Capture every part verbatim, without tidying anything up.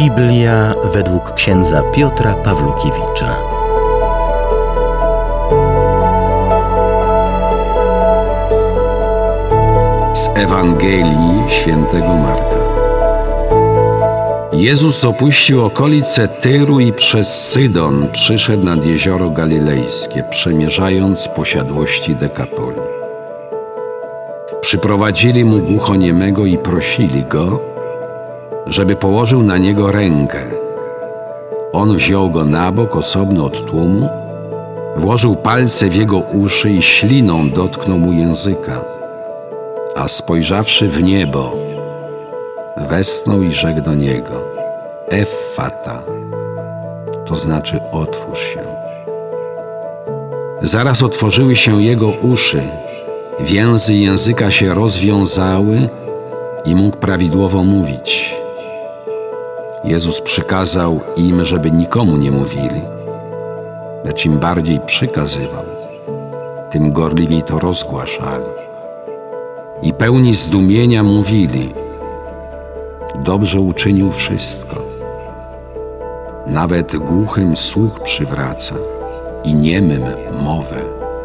Biblia według księdza Piotra Pawlukiewicza. Z Ewangelii świętego Marka. Jezus opuścił okolice Tyru i przez Sydon przyszedł nad jezioro Galilejskie, przemierzając posiadłości Dekapoli. Przyprowadzili mu głuchoniemego i prosili go, żeby położył na niego rękę. On wziął go na bok, osobno od tłumu, włożył palce w jego uszy i śliną dotknął mu języka, a spojrzawszy w niebo, westchnął i rzekł do niego: Effata, to znaczy otwórz się. Zaraz otworzyły się jego uszy, więzy języka się rozwiązały i mógł prawidłowo mówić. Jezus przykazał im, żeby nikomu nie mówili, lecz im bardziej przykazywał, tym gorliwiej to rozgłaszali. I pełni zdumienia mówili: dobrze uczynił wszystko. Nawet głuchym słuch przywraca i niemym mowę.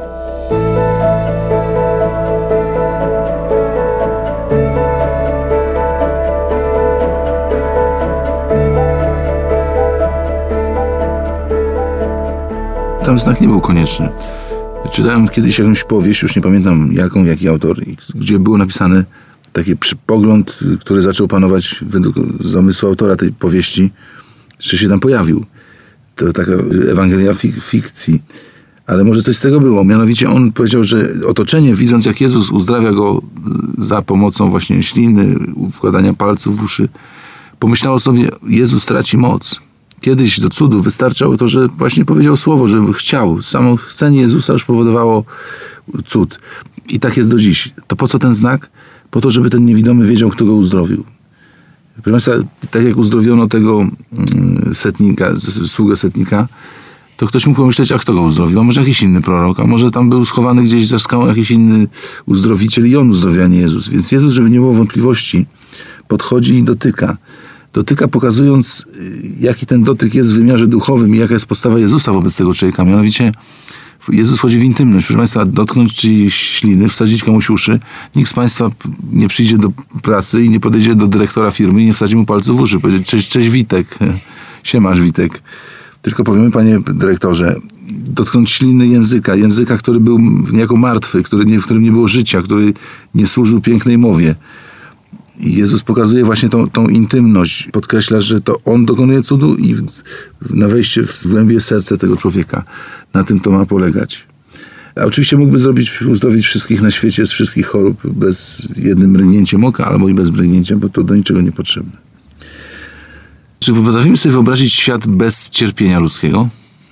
Tam znak nie był konieczny. Czytałem kiedyś jakąś powieść, już nie pamiętam jaką, jaki autor, gdzie było napisane taki pogląd, który zaczął panować według zamysłu autora tej powieści, że się tam pojawił. To taka Ewangelia fik- fikcji. Ale może coś z tego było. Mianowicie on powiedział, że otoczenie, widząc jak Jezus uzdrawia go za pomocą właśnie śliny, wkładania palców w uszy, pomyślało sobie: Jezus traci moc. Kiedyś do cudu wystarczało to, że właśnie powiedział słowo, że chciał. Samo chcenie Jezusa już powodowało cud. I tak jest do dziś. To po co ten znak? Po to, żeby ten niewidomy wiedział, kto go uzdrowił. Proszę Państwa, tak jak uzdrowiono tego setnika, sługę setnika, to ktoś mógł pomyśleć: a kto go uzdrowił? A może jakiś inny prorok? A może tam był schowany gdzieś za skałą jakiś inny uzdrowiciel i on uzdrowia, a nie Jezus. Więc Jezus, żeby nie było wątpliwości, podchodzi i dotyka. Dotyka, pokazując, jaki ten dotyk jest w wymiarze duchowym i jaka jest postawa Jezusa wobec tego człowieka. Mianowicie Jezus wchodzi w intymność. Proszę Państwa, dotknąć czyjejś śliny, wsadzić komuś uszy. Nikt z Państwa nie przyjdzie do pracy i nie podejdzie do dyrektora firmy i nie wsadzi mu palców w uszy. Powiedzie: cześć, cześć Witek, siemasz Witek. Tylko powiemy: panie dyrektorze, dotknąć śliny języka, języka, który był niejako martwy, który nie, w którym nie było życia, który nie służył pięknej mowie. I Jezus pokazuje właśnie tą, tą intymność. Podkreśla, że to On dokonuje cudu i w, na wejście w głębie serca tego człowieka. Na tym to ma polegać. A oczywiście mógłby zrobić, uzdrowić wszystkich na świecie z wszystkich chorób bez jednym rygnięciem oka, albo i bez rygnięcia, bo to do niczego niepotrzebne. Czy potrafimy sobie wyobrazić świat bez cierpienia ludzkiego?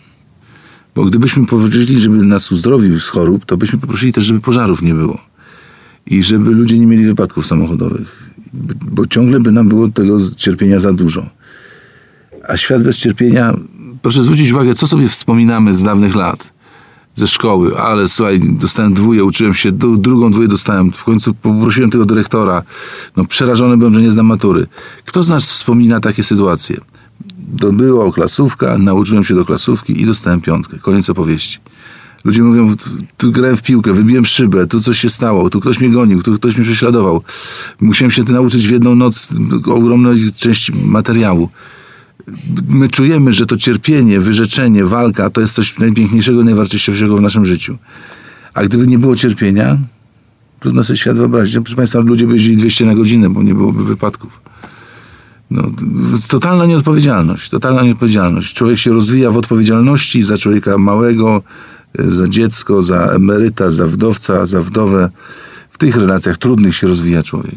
Bo gdybyśmy powiedzieli, żeby nas uzdrowił z chorób, to byśmy poprosili też, żeby pożarów nie było. I żeby ludzie nie mieli wypadków samochodowych. Bo ciągle by nam było tego cierpienia za dużo. A świat bez cierpienia... Proszę zwrócić uwagę, co sobie wspominamy z dawnych lat. Ze szkoły. Ale słuchaj, dostałem dwóję, uczyłem się, drugą dwóję dostałem. W końcu poprosiłem tego dyrektora. No, przerażony byłem, że nie znam matury. Kto z nas wspomina takie sytuacje? To była klasówka, nauczyłem się do klasówki i dostałem piątkę. Koniec opowieści. Ludzie mówią: tu grałem w piłkę, wybiłem szybę, tu coś się stało, tu ktoś mnie gonił, tu ktoś mnie prześladował. Musiałem się nauczyć w jedną noc ogromnej części materiału. My czujemy, że to cierpienie, wyrzeczenie, walka to jest coś najpiękniejszego, najwartościowszego w naszym życiu. A gdyby nie było cierpienia, trudno sobie świat wyobrazić. Proszę Państwa, ludzie by jeździli dwieście na godzinę, bo nie byłoby wypadków. No, totalna nieodpowiedzialność, totalna nieodpowiedzialność. Człowiek się rozwija w odpowiedzialności za człowieka małego, za dziecko, za emeryta, za wdowca, za wdowę. W tych relacjach trudnych się rozwija człowiek.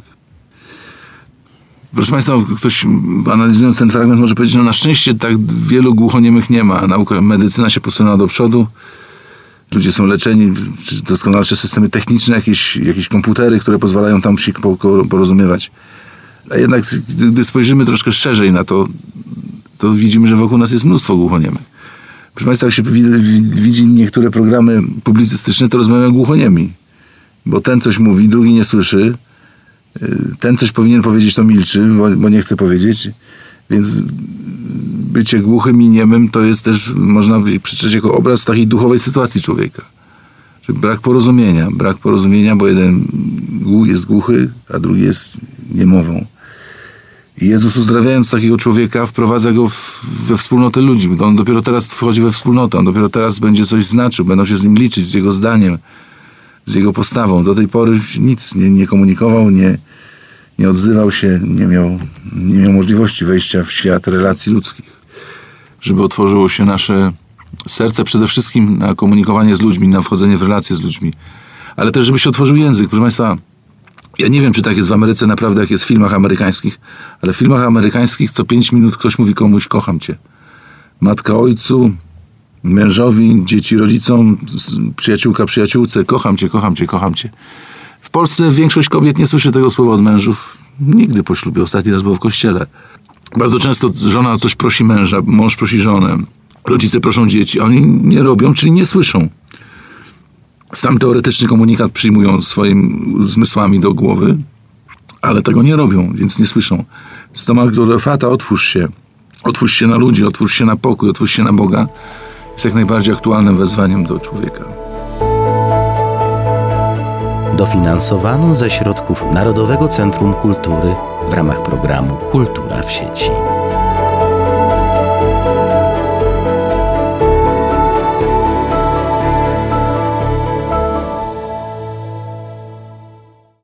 Proszę Państwa, ktoś analizując ten fragment może powiedzieć: no na szczęście tak wielu głuchoniemych nie ma. Nauka, medycyna się posunęła do przodu. Ludzie są leczeni, doskonalsze systemy techniczne, jakieś, jakieś komputery, które pozwalają tam się porozumiewać. A jednak gdy spojrzymy troszkę szerzej na to, to widzimy, że wokół nas jest mnóstwo głuchoniemych. Proszę Państwa, jak się widzi niektóre programy publicystyczne, to rozmawiają głuchoniemi. Bo ten coś mówi, drugi nie słyszy. Ten coś powinien powiedzieć, to milczy, bo, bo nie chce powiedzieć. Więc bycie głuchym i niemym to jest też, można by przeczytać jako obraz takiej duchowej sytuacji człowieka. Że brak porozumienia, brak porozumienia, bo jeden jest głuchy, a drugi jest niemową. I Jezus, uzdrawiając takiego człowieka, wprowadza go w, we wspólnotę ludzi. On dopiero teraz wchodzi we wspólnotę, on dopiero teraz będzie coś znaczył, będą się z nim liczyć, z jego zdaniem, z jego postawą. Do tej pory nic nie, nie komunikował, nie, nie odzywał się, nie miał, nie miał możliwości wejścia w świat relacji ludzkich. Żeby otworzyło się nasze serce przede wszystkim na komunikowanie z ludźmi, na wchodzenie w relacje z ludźmi. Ale też, żeby się otworzył język. Proszę Państwa, ja nie wiem, czy tak jest w Ameryce naprawdę, jak jest w filmach amerykańskich, ale w filmach amerykańskich co pięć minut ktoś mówi komuś: kocham cię. Matka ojcu, mężowi, dzieci rodzicom, przyjaciółka przyjaciółce: kocham cię, kocham cię, kocham cię. W Polsce większość kobiet nie słyszy tego słowa od mężów. Nigdy po ślubie. Ostatni raz było w kościele. Bardzo często żona o coś prosi męża, mąż prosi żonę, rodzice proszą dzieci. Oni nie robią, czyli nie słyszą. Sam teoretyczny komunikat przyjmują swoimi zmysłami do głowy, ale tego nie robią, więc nie słyszą. Stomak do fata, otwórz się. Otwórz się na ludzi, otwórz się na pokój, otwórz się na Boga. Jest jak najbardziej aktualnym wezwaniem do człowieka. Dofinansowano ze środków Narodowego Centrum Kultury w ramach programu Kultura w sieci.